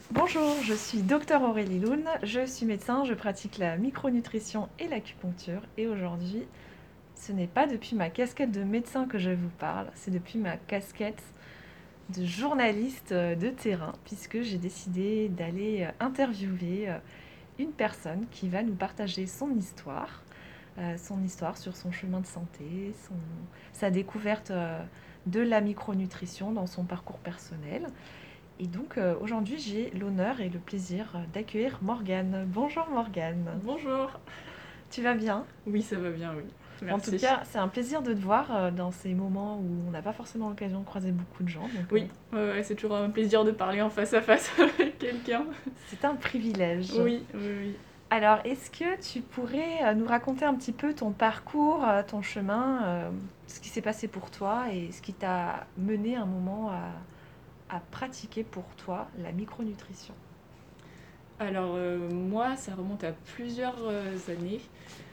Bonjour, je suis Docteur Aurélie Loun, je suis médecin, je pratique la micronutrition et l'acupuncture et aujourd'hui, ce n'est pas depuis ma casquette de médecin que je vous parle, c'est depuis ma casquette de journaliste de terrain puisque j'ai décidé d'aller interviewer une personne qui va nous partager son histoire sur son chemin de santé, sa découverte de la micronutrition dans son parcours personnel. Et donc aujourd'hui, j'ai l'honneur et le plaisir d'accueillir Morgane. Bonjour Morgane. Bonjour. Tu vas bien? Oui, ça va bien, oui. En tout Merci. cas, c'est un plaisir de te voir dans ces moments où on n'a pas forcément l'occasion de croiser beaucoup de gens. Donc Oui, ouais, c'est toujours un plaisir de parler en face à face avec quelqu'un. c'est un privilège. Oui, oui, oui. Alors, est-ce que tu pourrais nous raconter un petit peu ton parcours, ton chemin, ce qui s'est passé pour toi et ce qui t'a mené un moment à pratiquer pour toi la micronutrition? Alors, moi, ça remonte à plusieurs années.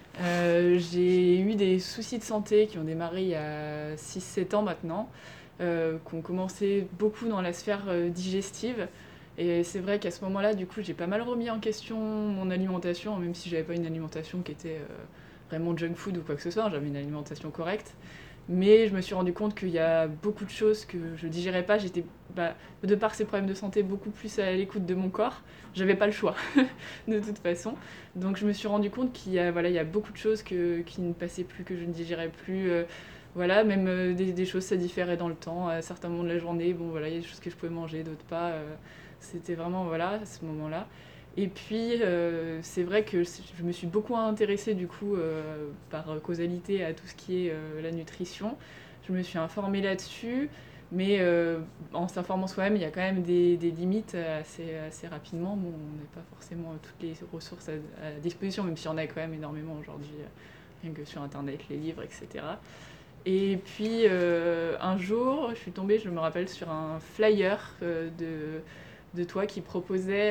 J'ai eu des soucis de santé qui ont démarré il y a 6-7 ans maintenant, qui ont commencé beaucoup dans la sphère digestive. Et c'est vrai qu'à ce moment-là, du coup, j'ai pas mal remis en question mon alimentation, même si j'avais pas une alimentation qui était vraiment junk food ou quoi que ce soit, j'avais une alimentation correcte. Mais je me suis rendu compte qu'il y a beaucoup de choses que je digérais pas. J'étais, de par ces problèmes de santé, beaucoup plus à l'écoute de mon corps. J'avais pas le choix, de toute façon. Donc je me suis rendu compte qu'il y a, voilà, il y a beaucoup de choses qui ne passaient plus, que je ne digérais plus. Voilà, même des choses, ça différait dans le temps. À certains moments de la journée, bon, voilà, il y a des choses que je pouvais manger, d'autres pas. C'était vraiment, voilà, à ce moment-là. Et puis, c'est vrai que je me suis beaucoup intéressée, du coup, par causalité à tout ce qui est la nutrition. Je me suis informée là-dessus, mais en s'informant soi-même, il y a quand même des limites assez rapidement. Bon, on n'a pas forcément toutes les ressources à disposition, même si on a quand même énormément aujourd'hui, rien que sur Internet, les livres, etc. Et puis, un jour, je suis tombée, je me rappelle, sur un flyer de toi qui proposait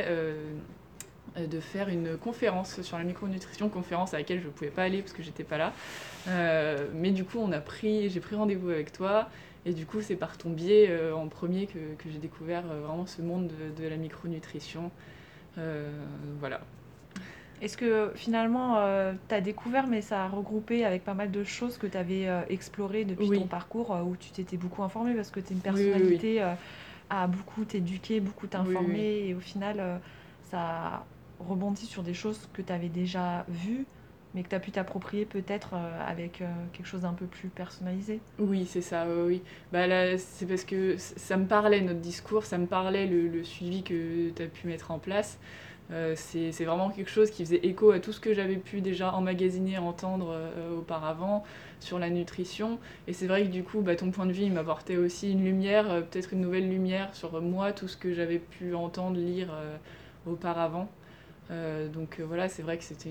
de faire une conférence sur la micronutrition, conférence à laquelle je ne pouvais pas aller parce que j'étais pas là. Mais du coup, j'ai pris rendez-vous avec toi. Et du coup, c'est par ton biais en premier que j'ai découvert vraiment ce monde de la micronutrition. Voilà. Est-ce que finalement, tu as découvert, mais ça a regroupé avec pas mal de choses que tu avais explorées depuis ton Oui, parcours, où tu t'étais beaucoup informée parce que tu es une oui, oui, oui. personnalité à beaucoup t'éduquer, beaucoup Oui, oui, oui. t'informer, et au final, ça rebondit sur des choses que tu avais déjà vues, mais que tu as pu t'approprier peut-être avec quelque chose d'un peu plus personnalisé. Oui, c'est ça, oui, oui. Bah là, c'est parce que ça me parlait notre discours, ça me parlait le suivi que tu as pu mettre en place. C'est vraiment quelque chose qui faisait écho à tout ce que j'avais pu déjà emmagasiner, entendre auparavant sur la nutrition. Et c'est vrai que du coup, ton point de vue, il m'apportait aussi une lumière, peut-être une nouvelle lumière sur moi, tout ce que j'avais pu entendre, lire auparavant. Donc voilà, c'est vrai que c'était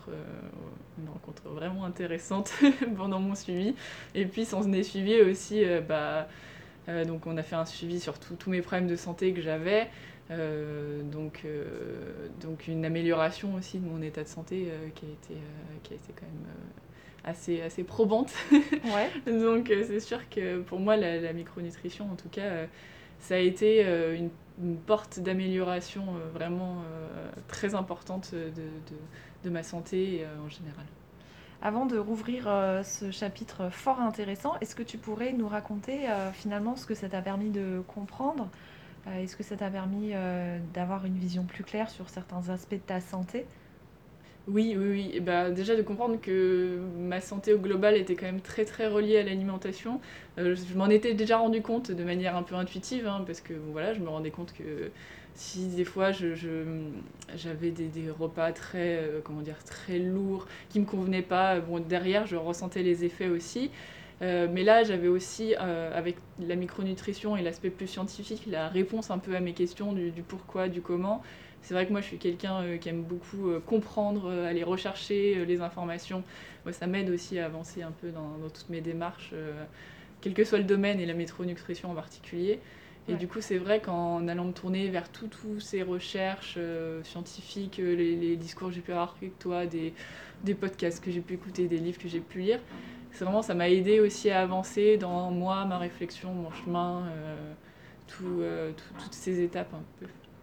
une rencontre vraiment intéressante pendant mon suivi. Et puis s'en est suivi aussi, donc on a fait un suivi sur tous mes problèmes de santé que j'avais. Donc une amélioration aussi de mon état de santé qui a été quand même assez probante. Ouais. Donc c'est sûr que pour moi, la micronutrition, en tout cas, ça a été une porte d'amélioration vraiment très importante de ma santé en général. Avant de rouvrir ce chapitre fort intéressant, est-ce que tu pourrais nous raconter finalement ce que ça t'a permis de comprendre? Est-ce que ça t'a permis d'avoir une vision plus claire sur certains aspects de ta santé? Oui, oui, oui. Et bah, déjà de comprendre que ma santé au global était quand même très très reliée à l'alimentation. Je m'en étais déjà rendu compte de manière un peu intuitive, hein, parce que bon, voilà, je me rendais compte que si des fois j'avais des repas très, comment dire, très lourds, qui me convenaient pas, bon, derrière je ressentais les effets aussi. Mais là, j'avais aussi, avec la micronutrition et l'aspect plus scientifique, la réponse un peu à mes questions du pourquoi, du comment. C'est vrai que moi, je suis quelqu'un qui aime beaucoup comprendre, aller rechercher les informations. Moi, ça m'aide aussi à avancer un peu dans toutes mes démarches, quel que soit le domaine et la micronutrition en particulier. Et Ouais. du coup, c'est vrai qu'en allant me tourner vers toutes ces recherches scientifiques, les discours que j'ai pu avoir avec toi, des podcasts que j'ai pu écouter, des livres que j'ai pu lire, c'est vraiment, ça m'a aidé aussi à avancer dans moi, ma réflexion, mon chemin, toutes ces étapes un peu.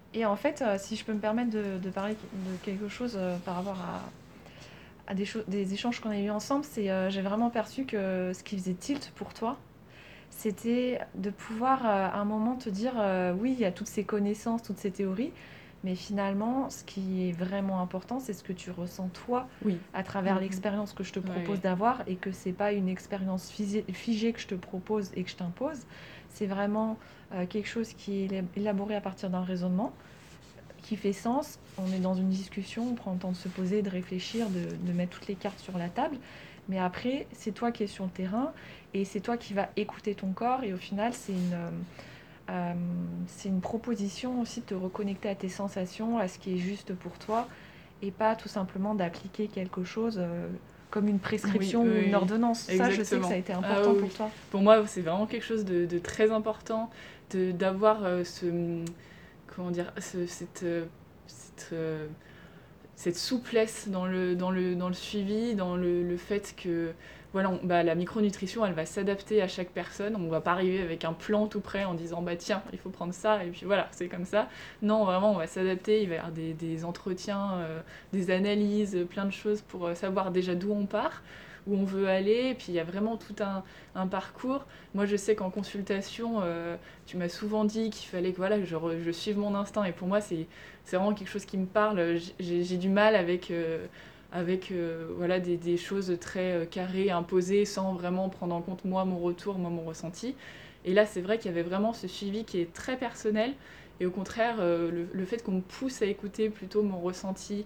Et en fait, si je peux me permettre de parler de quelque chose par rapport à des échanges qu'on a eus ensemble, j'ai vraiment perçu que ce qui faisait tilt pour toi, c'était de pouvoir à un moment te dire oui, il y a toutes ces connaissances, toutes ces théories, mais finalement, ce qui est vraiment important, c'est ce que tu ressens toi Oui. à travers Mhm. l'expérience que je te propose Ouais. d'avoir et que c'est pas une expérience figée que je te propose et que je t'impose. C'est vraiment quelque chose qui est élaboré à partir d'un raisonnement qui fait sens. On est dans une discussion, on prend le temps de se poser, de réfléchir, de mettre toutes les cartes sur la table. Mais après, c'est toi qui es sur le terrain et c'est toi qui vas écouter ton corps. Et au final, euh, c'est une proposition aussi de te reconnecter à tes sensations, à ce qui est juste pour toi et pas tout simplement d'appliquer quelque chose comme une Oui, prescription ou une oui, ordonnance. Ça, je sais que ça a exactement. été Ah important oui, pour oui. toi. Pour moi, c'est vraiment quelque chose de très important d'avoir comment dire, cette, euh, cette souplesse dans le suivi, dans le fait que voilà, la micronutrition, elle va s'adapter à chaque personne. On ne va pas arriver avec un plan tout prêt en disant bah tiens, il faut prendre ça et puis voilà, c'est comme ça. Non, vraiment, on va s'adapter. Il va y avoir des entretiens, des analyses, plein de choses pour savoir déjà d'où on part, où on veut aller. Et puis il y a vraiment tout un parcours. Moi, je sais qu'en consultation, tu m'as souvent dit qu'il fallait que voilà, je suive mon instinct. Et pour moi, c'est vraiment quelque chose qui me parle. J'ai du mal avec voilà, des choses très carrées, imposées, sans vraiment prendre en compte moi, mon retour, moi, mon ressenti. Et là, c'est vrai qu'il y avait vraiment ce suivi qui est très personnel. Et au contraire, le fait qu'on me pousse à écouter plutôt mon ressenti,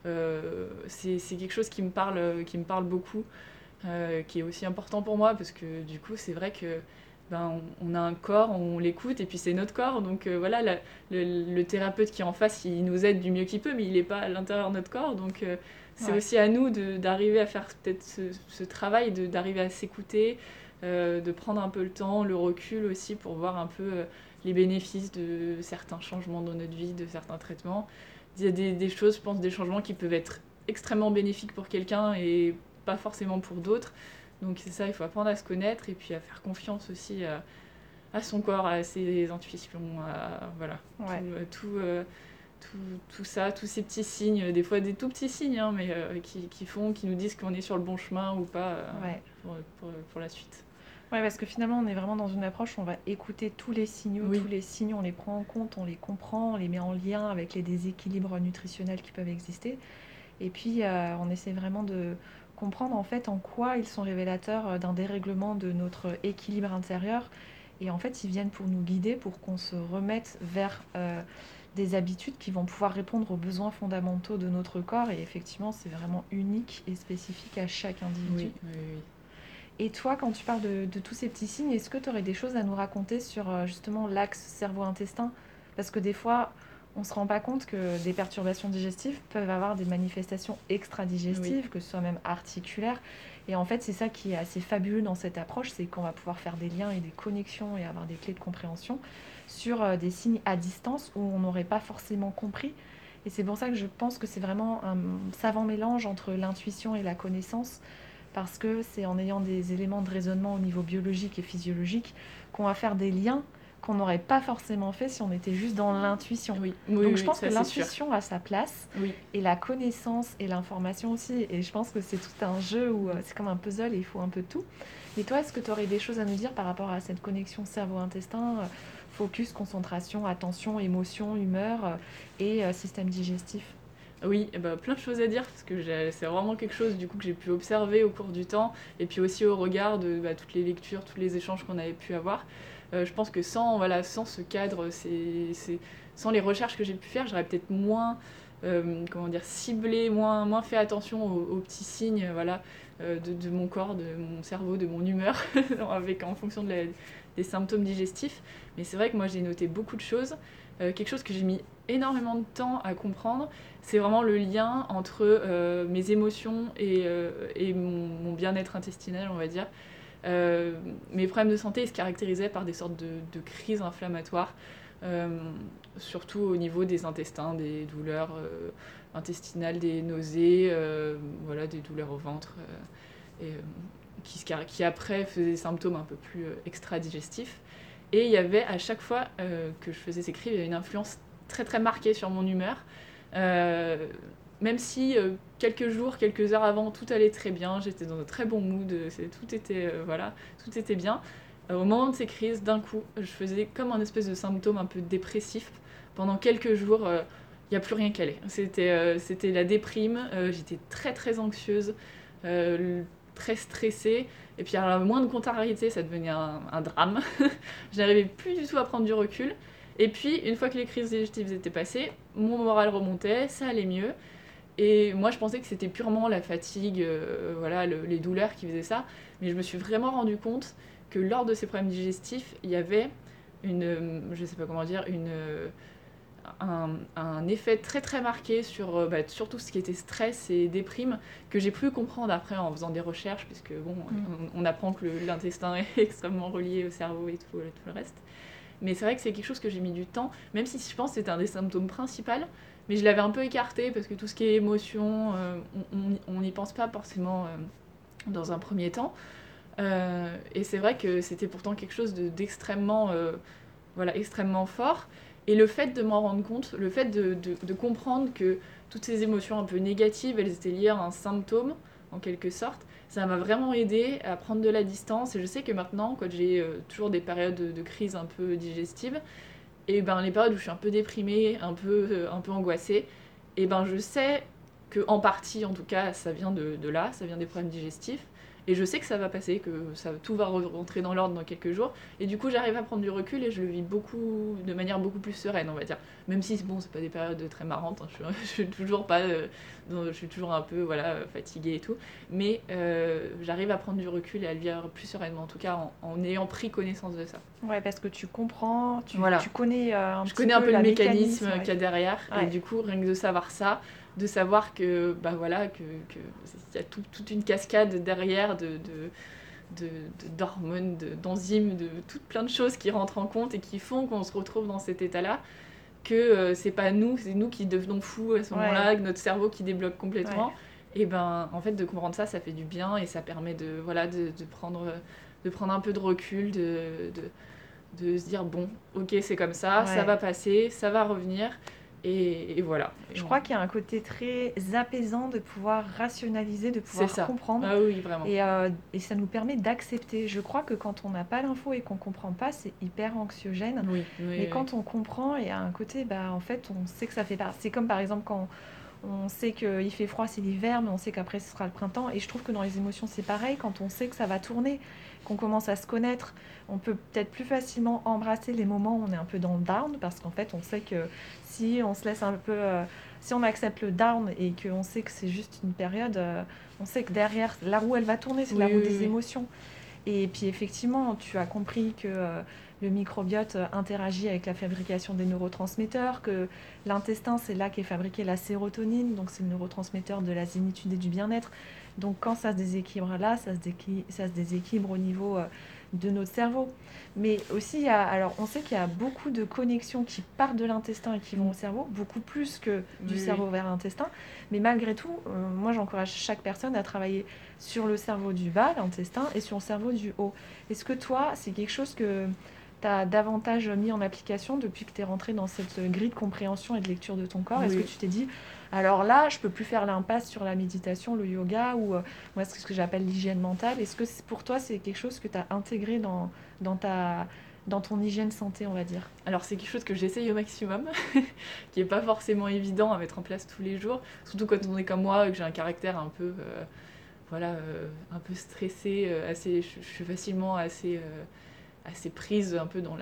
c'est quelque chose qui me parle beaucoup, qui est aussi important pour moi, parce que du coup, c'est vrai que ben, on a un corps, on l'écoute, et puis c'est notre corps. Donc voilà, le thérapeute qui est en face, il nous aide du mieux qu'il peut, mais il n'est pas à l'intérieur de notre corps. Donc c'est Ouais. aussi à nous d'arriver à faire peut-être ce travail, d'arriver à s'écouter, de prendre un peu le temps, le recul aussi, pour voir un peu les bénéfices de certains changements dans notre vie, de certains traitements. Il y a des choses, je pense, des changements qui peuvent être extrêmement bénéfiques pour quelqu'un et pas forcément pour d'autres. Donc c'est ça, il faut apprendre à se connaître et puis à faire confiance aussi à son corps, à ses intuitions, à voilà, Ouais. tout ça, tous ces petits signes, des fois des tout petits signes, hein, mais qui nous disent qu'on est sur le bon chemin ou pas Ouais. pour la suite. Ouais, parce que finalement, on est vraiment dans une approche où on va écouter tous les signaux, tous Oui, les signes, on les prend en compte, on les comprend, on les met en lien avec les déséquilibres nutritionnels qui peuvent exister. Et puis, on essaie vraiment de comprendre en fait en quoi ils sont révélateurs d'un dérèglement de notre équilibre intérieur. Et en fait, ils viennent pour nous guider, pour qu'on se remette vers des habitudes qui vont pouvoir répondre aux besoins fondamentaux de notre corps. Et effectivement, c'est vraiment unique et spécifique à chaque individu. oui, oui, oui. Et toi, quand tu parles de tous ces petits signes, est-ce que tu aurais des choses à nous raconter sur justement l'axe cerveau-intestin? Parce que des fois, on ne se rend pas compte que des perturbations digestives peuvent avoir des manifestations Oui. extra-digestives, que ce soit même articulaires. Et en fait, c'est ça qui est assez fabuleux dans cette approche, c'est qu'on va pouvoir faire des liens et des connexions et avoir des clés de compréhension sur des signes à distance où on n'aurait pas forcément compris. Et c'est pour ça que je pense que c'est vraiment un savant mélange entre l'intuition et la connaissance parce que c'est en ayant des éléments de raisonnement au niveau biologique et physiologique qu'on va faire des liens qu'on n'aurait pas forcément fait si on était juste dans l'intuition. Oui, oui, Donc oui, je oui, pense que ça c'est sûr. l'intuition a sa place Oui. et la connaissance et l'information aussi. Et je pense que c'est tout un jeu où c'est comme un puzzle et il faut un peu de tout. Mais toi, est-ce que tu aurais des choses à nous dire par rapport à cette connexion cerveau-intestin, focus, concentration, attention, émotion, humeur et système digestif? Oui, eh ben, plein de choses à dire parce que c'est vraiment quelque chose du coup que j'ai pu observer au cours du temps et puis aussi au regard de toutes les lectures, tous les échanges qu'on avait pu avoir. Je pense que sans ce cadre, sans les recherches que j'ai pu faire, j'aurais peut-être moins comment dire, ciblé, moins fait attention aux petits signes voilà, de mon corps, de mon cerveau, de mon humeur en fonction des symptômes digestifs. Mais c'est vrai que moi j'ai noté beaucoup de choses. Quelque chose que j'ai mis énormément de temps à comprendre, c'est vraiment le lien entre mes émotions et mon bien-être intestinal, on va dire. Mes problèmes de santé ils se caractérisaient par des sortes de crises inflammatoires, euh, surtout au niveau des intestins, des douleurs intestinales, des nausées, voilà, des douleurs au ventre, et, qui après faisaient des symptômes un peu plus extra-digestifs. Et il y avait à chaque fois que je faisais ces crises, il y avait une influence très très marqué sur mon humeur. Même si quelques jours, quelques heures avant, tout allait très bien, j'étais dans un très bon mood, tout était bien. Au moment de ces crises, d'un coup, je faisais comme un espèce de symptôme un peu dépressif. Pendant quelques jours, il n'y a plus rien qui allait. C'était la déprime, j'étais très très anxieuse, très stressée. Et puis à la moindre contrariété, ça devenait un drame. Je n'arrivais plus du tout à prendre du recul. Et puis, une fois que les crises digestives étaient passées, mon moral remontait, ça allait mieux. Et moi, je pensais que c'était purement la fatigue, les douleurs qui faisaient ça. Mais je me suis vraiment rendu compte que lors de ces problèmes digestifs, il y avait je sais pas comment dire, un effet très très marqué sur tout ce qui était stress et déprime, que j'ai pu comprendre après en faisant des recherches, puisque on apprend que l'intestin est extrêmement relié au cerveau et tout le reste. Mais c'est vrai que c'est quelque chose que j'ai mis du temps, même si je pense que c'était un des symptômes principaux, mais je l'avais un peu écarté parce que tout ce qui est émotion, on n'y pense pas forcément dans un premier temps. Et c'est vrai que c'était pourtant quelque chose d'extrêmement extrêmement fort. Et le fait de m'en rendre compte, le fait de comprendre que toutes ces émotions un peu négatives, elles étaient liées à un symptôme, en quelque sorte, ça m'a vraiment aidé à prendre de la distance. Et je sais que maintenant, quand j'ai toujours des périodes de crise un peu digestive, et ben les périodes où je suis un peu déprimée, un peu angoissée, et ben je sais que en partie, en tout cas, ça vient de là, ça vient des problèmes digestifs. Et je sais que ça va passer, que tout va rentrer dans l'ordre dans quelques jours. Et du coup, j'arrive à prendre du recul et je le vis de manière beaucoup plus sereine, on va dire. Même si, bon, c'est pas des périodes très marrantes, hein, je suis toujours pas... je suis toujours un peu fatiguée et tout. Mais j'arrive à prendre du recul et à le vivre plus sereinement, en tout cas en ayant pris connaissance de ça. Ouais, parce que tu comprends, tu connais Je connais un peu le mécanisme ouais. qu'il y a derrière. Ouais. Et du coup, rien que de savoir ça, de savoir que y a toute une cascade derrière d'hormones, d'enzymes, de toutes plein de choses qui rentrent en compte et qui font qu'on se retrouve dans cet état-là, que c'est pas nous, c'est nous qui devenons fous à ce moment-là, que notre cerveau qui débloque complètement. Ouais. Et ben en fait de comprendre ça fait du bien et ça permet de prendre un peu de recul, de se dire bon, ok, c'est comme ça, ça va passer, ça va revenir. Et voilà. Je crois qu'il y a un côté très apaisant de pouvoir rationaliser, de pouvoir comprendre. Ah oui, vraiment. Et ça nous permet d'accepter. Je crois que quand on n'a pas l'info et qu'on ne comprend pas, c'est hyper anxiogène. Mais quand on comprend, il y a un côté, en fait, on sait que ça fait partie. C'est comme par exemple quand on sait qu'il fait froid, c'est l'hiver, mais on sait qu'après, ce sera le printemps. Et je trouve que dans les émotions, c'est pareil. Quand on sait que ça va tourner, qu'on commence à se connaître, on peut peut-être plus facilement embrasser les moments où on est un peu dans le down, parce qu'en fait, on sait que si on se laisse un peu... si on accepte le down et qu'on sait que c'est juste une période, on sait que derrière, la roue, elle va tourner, c'est la roue des émotions. Et puis effectivement, tu as compris que le microbiote interagit avec la fabrication des neurotransmetteurs, que l'intestin, c'est là qu'est fabriquée la sérotonine, donc c'est le neurotransmetteur de la zénitude et du bien-être. Donc quand ça se déséquilibre là, ça se déséquilibre au niveau de notre cerveau. Mais aussi, alors on sait qu'il y a beaucoup de connexions qui partent de l'intestin et qui vont au cerveau, beaucoup plus que du cerveau vers l'intestin. Mais malgré tout, moi j'encourage chaque personne à travailler sur le cerveau du bas, l'intestin, et sur le cerveau du haut. Est-ce que toi, c'est quelque chose que tu as davantage mis en application depuis que tu es rentrée dans cette grille de compréhension et de lecture de ton corps? Est-ce que tu t'es dit, alors là, je ne peux plus faire l'impasse sur la méditation, le yoga, ou moi, c'est ce que j'appelle l'hygiène mentale. Est-ce que pour toi, c'est quelque chose que tu as intégré dans ton hygiène santé, on va dire? Alors c'est quelque chose que j'essaye au maximum, qui n'est pas forcément évident à mettre en place tous les jours, surtout quand on est comme moi, que j'ai un caractère un peu... un peu stressée, je suis facilement assez prise un peu dans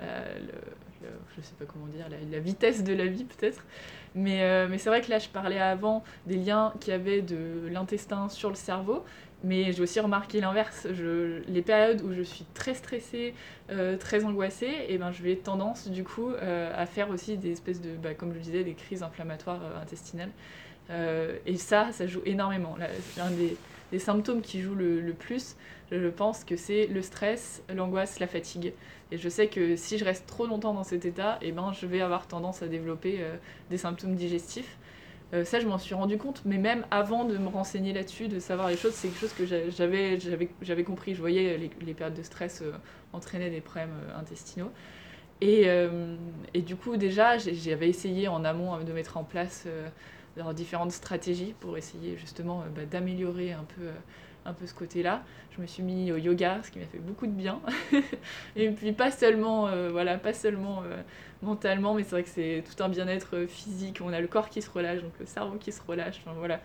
je sais pas comment dire, la vitesse de la vie peut-être. Mais c'est vrai que là, je parlais avant des liens qu'il y avait de l'intestin sur le cerveau, mais j'ai aussi remarqué l'inverse. Les périodes où je suis très stressée, très angoissée, et ben, je vais tendance du coup à faire aussi des espèces de, comme je disais, des crises inflammatoires intestinales. Et ça joue énormément. Là, c'est un des symptômes qui jouent le plus, je pense que c'est le stress, l'angoisse, la fatigue. Et je sais que si je reste trop longtemps dans cet état, eh ben, je vais avoir tendance à développer des symptômes digestifs. Ça, je m'en suis rendu compte, mais même avant de me renseigner là-dessus, de savoir les choses, c'est quelque chose que j'avais compris. Je voyais les périodes de stress entraîner des problèmes intestinaux. Et du coup, déjà, j'avais essayé en amont de mettre en place différentes stratégies pour essayer justement d'améliorer un peu ce côté-là. Je me suis mis au yoga, ce qui m'a fait beaucoup de bien. Et puis pas seulement, pas seulement mentalement, mais c'est vrai que c'est tout un bien-être physique. On a le corps qui se relâche, donc le cerveau qui se relâche. Enfin, voilà,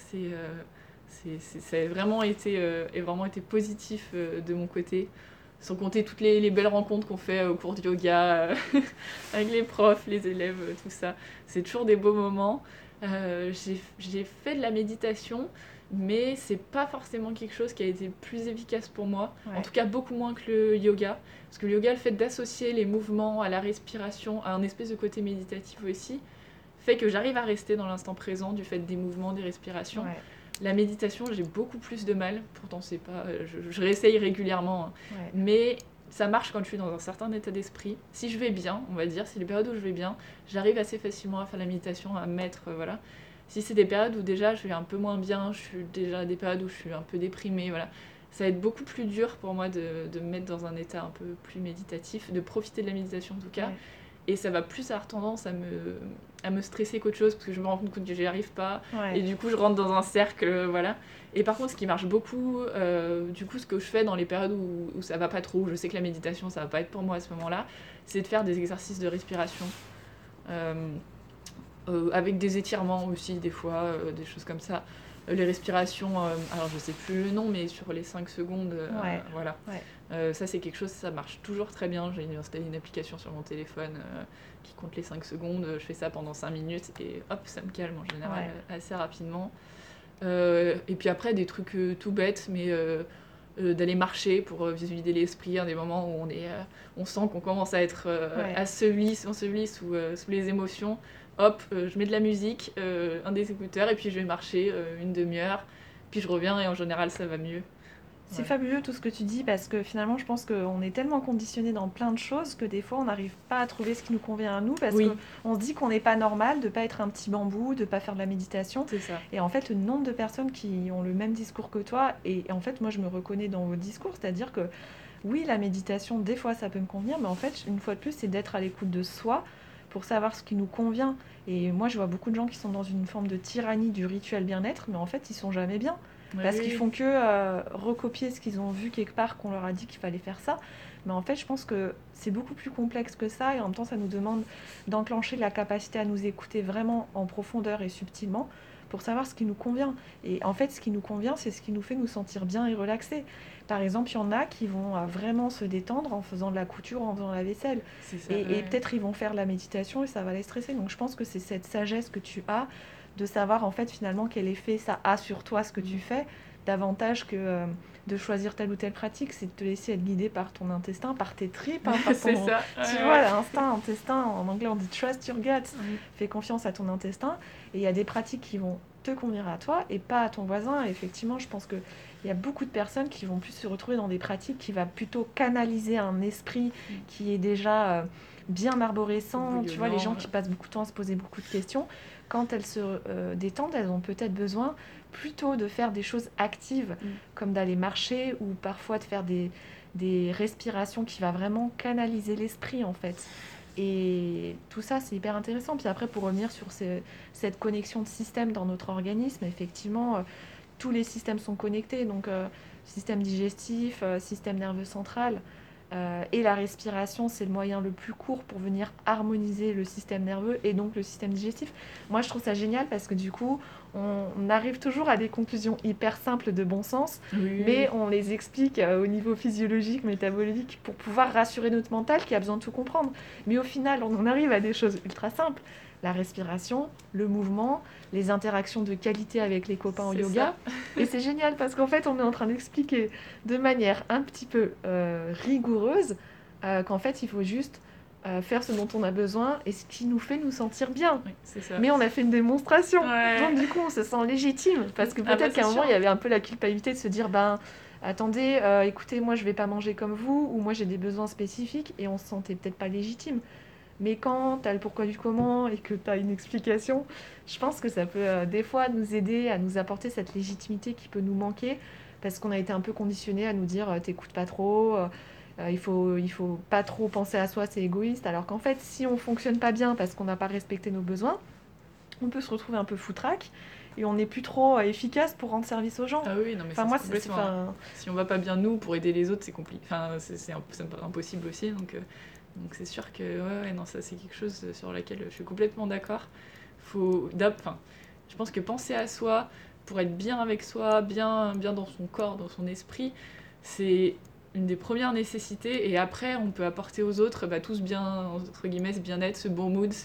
ça a vraiment été positif de mon côté. Sans compter toutes les belles rencontres qu'on fait au cours de yoga, avec les profs, les élèves, tout ça. C'est toujours des beaux moments. J'ai fait de la méditation, mais c'est pas forcément quelque chose qui a été plus efficace pour moi. Ouais. En tout cas, beaucoup moins que le yoga. Parce que le yoga, le fait d'associer les mouvements à la respiration, à un espèce de côté méditatif aussi, fait que j'arrive à rester dans l'instant présent du fait des mouvements, des respirations. Ouais. La méditation, j'ai beaucoup plus de mal. Pourtant, c'est pas, je réessaye régulièrement. Hein. Ouais. Mais ça marche quand je suis dans un certain état d'esprit. Si je vais bien, on va dire, si les périodes où je vais bien, j'arrive assez facilement à faire la méditation, à me mettre, voilà. Si c'est des périodes où déjà je vais un peu moins bien, je suis déjà des périodes où je suis un peu déprimée, voilà. Ça va être beaucoup plus dur pour moi de me mettre dans un état un peu plus méditatif, de profiter de la méditation en tout cas. Ouais. Et ça va plus avoir tendance à me stresser qu'autre chose, parce que je me rends compte que j'y arrive pas. Ouais. Et du coup, je rentre dans un cercle, voilà. Et par contre, ce qui marche beaucoup, du coup, ce que je fais dans les périodes où ça va pas trop, où je sais que la méditation, ça va pas être pour moi à ce moment-là, c'est de faire des exercices de respiration. Avec des étirements aussi, des fois, des choses comme ça. Les respirations, alors je sais plus le nom, mais sur les 5 secondes, Ouais. voilà. Ouais. Ça, c'est quelque chose, ça marche toujours très bien. J'ai installé une application sur mon téléphone qui compte les 5 secondes. Je fais ça pendant 5 minutes et hop, ça me calme en général assez rapidement. Et puis après, des trucs tout bêtes, mais d'aller marcher pour vider l'esprit, à des moments où on sent qu'on commence à être asseveli sous les émotions. Hop, je mets de la musique, un des écouteurs, et puis je vais marcher une demi-heure. Puis je reviens et en général, ça va mieux. C'est Voilà. fabuleux tout ce que tu dis parce que finalement je pense qu'on est tellement conditionné dans plein de choses que des fois on n'arrive pas à trouver ce qui nous convient à nous parce Oui, qu'on se dit qu'on n'est pas normal de pas être un petit bambou, de pas faire de la méditation. c'est ça. Et en fait le nombre de personnes qui ont le même discours que toi, et en fait moi je me reconnais dans vos discours, c'est-à-dire que oui la méditation des fois ça peut me convenir, mais en fait une fois de plus c'est d'être à l'écoute de soi pour savoir ce qui nous convient. Et moi je vois beaucoup de gens qui sont dans une forme de tyrannie du rituel bien-être, mais en fait ils sont jamais bien. Parce qu'ils font que recopier ce qu'ils ont vu quelque part, qu'on leur a dit qu'il fallait faire ça. Mais en fait, je pense que c'est beaucoup plus complexe que ça. Et en même temps, ça nous demande d'enclencher la capacité à nous écouter vraiment en profondeur et subtilement pour savoir ce qui nous convient. Et en fait, ce qui nous convient, c'est ce qui nous fait nous sentir bien et relaxés. Par exemple, il y en a qui vont vraiment se détendre en faisant de la couture, en faisant la vaisselle. C'est ça, Et peut-être ils vont faire de la méditation et ça va les stresser. Donc je pense que c'est cette sagesse que tu as de savoir en fait finalement quel effet ça a sur toi ce que tu fais, davantage que de choisir telle ou telle pratique, c'est de te laisser être guidé par ton intestin, par tes tripes, par c'est ton... ça. Tu vois, l'instinct, intestin, en anglais on dit trust your gut, Mm. fais confiance à ton intestin, et il y a des pratiques qui vont te convenir à toi et pas à ton voisin. Et effectivement, je pense que il y a beaucoup de personnes qui vont plus se retrouver dans des pratiques qui va plutôt canaliser un esprit qui est déjà bien arborescent. Tu vois, les gens qui passent beaucoup de temps à se poser beaucoup de questions, quand elles se détendent, elles ont peut-être besoin plutôt de faire des choses actives, comme d'aller marcher ou parfois de faire des respirations qui va vraiment canaliser l'esprit en fait. Et tout ça, c'est hyper intéressant. Puis après, pour revenir sur cette connexion de systèmes dans notre organisme, effectivement, tous les systèmes sont connectés. Donc, système digestif, système nerveux central. Et la respiration, c'est le moyen le plus court pour venir harmoniser le système nerveux et donc le système digestif. Moi, je trouve ça génial parce que du coup, on arrive toujours à des conclusions hyper simples de bon sens, mais on les explique au niveau physiologique, métabolique, pour pouvoir rassurer notre mental qui a besoin de tout comprendre. Mais au final, on en arrive à des choses ultra simples. La respiration, le mouvement, les interactions de qualité avec les copains au yoga. Et c'est génial parce qu'en fait, on est en train d'expliquer de manière un petit peu rigoureuse qu'en fait, il faut juste faire ce dont on a besoin et ce qui nous fait nous sentir bien. Oui, c'est ça. Mais on a fait une démonstration. Ouais. Donc du coup, on se sent légitime. Parce que peut-être qu'à un moment, il y avait un peu la culpabilité de se dire, attendez, écoutez, moi, je vais pas manger comme vous, ou moi, j'ai des besoins spécifiques, et on se sentait peut-être pas légitime. Mais quand tu as le pourquoi du comment et que tu as une explication, je pense que ça peut des fois nous aider à nous apporter cette légitimité qui peut nous manquer parce qu'on a été un peu conditionné à nous dire t'écoutes pas trop. il faut pas trop penser à soi, c'est égoïste. Alors qu'en fait, si on fonctionne pas bien parce qu'on n'a pas respecté nos besoins, on peut se retrouver un peu foutraque et on n'est plus trop efficace pour rendre service aux gens. Ah oui, non mais Enfin, ça c'est moi, complètement, hein. Si on va pas bien nous pour aider les autres, c'est compliqué. Enfin, ça me paraît impossible aussi, donc c'est sûr que ouais, non, ça c'est quelque chose sur laquelle je suis complètement d'accord. Enfin, je pense que penser à soi pour être bien avec soi, bien dans son corps, dans son esprit, c'est une des premières nécessités. Et après, on peut apporter aux autres tout ce bien, entre guillemets, ce bien-être, ce bon mood,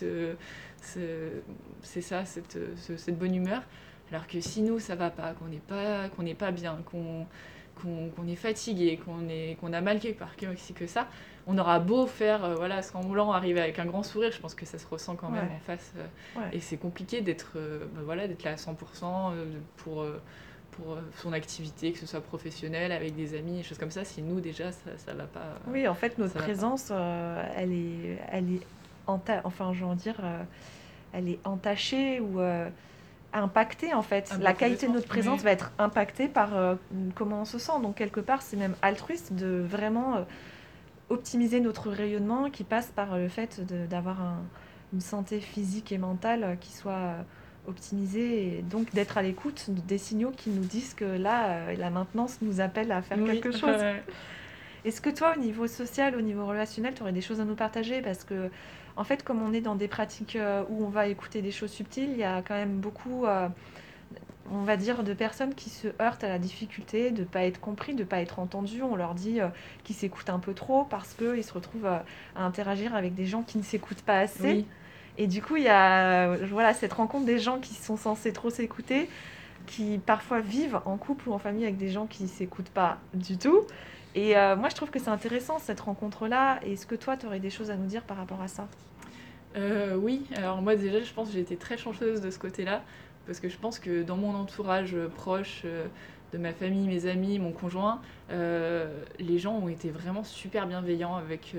c'est ça, cette bonne humeur. Alors que si nous, ça va pas, qu'on n'est pas bien, qu'on est fatigué, qu'on a mal quelque part, que ça, on aura beau faire voilà, semblant, arriver avec un grand sourire, je pense que ça se ressent quand même en face. Ouais. Et c'est compliqué d'être voilà, d'être là à 100% pour son activité, que ce soit professionnelle, avec des amis, des choses comme ça. Si nous, déjà, ça va pas. Oui, en fait, notre Ça va pas. présence, elle est enfin, je veux dire, elle est entachée ou impactée, en fait. Ah bah La qualité de complètement. notre présence Oui. va être impactée par comment on se sent. Donc, quelque part, c'est même altruiste de vraiment optimiser notre rayonnement qui passe par le fait d'avoir une santé physique et mentale qui soit optimisée et donc d'être à l'écoute des signaux qui nous disent que là, la maintenance nous appelle à faire Oui. quelque chose. Est-ce que toi, au niveau social, au niveau relationnel, tu aurais des choses à nous partager? Parce que, en fait, comme on est dans des pratiques où on va écouter des choses subtiles, il y a quand même beaucoup, on va dire, de personnes qui se heurtent à la difficulté de ne pas être compris, de ne pas être entendus. On leur dit qu'ils s'écoutent un peu trop parce qu'ils se retrouvent à interagir avec des gens qui ne s'écoutent pas assez. Oui. Et du coup, il y a voilà, cette rencontre des gens qui sont censés trop s'écouter, qui parfois vivent en couple ou en famille avec des gens qui ne s'écoutent pas du tout. Et moi, je trouve que c'est intéressant cette rencontre-là. Est-ce que toi, tu aurais des choses à nous dire par rapport à ça? Oui, alors moi déjà, je pense que j'ai été très chanceuse de ce côté-là, parce que je pense que dans mon entourage proche, de ma famille, mes amis, mon conjoint, les gens ont été vraiment super bienveillants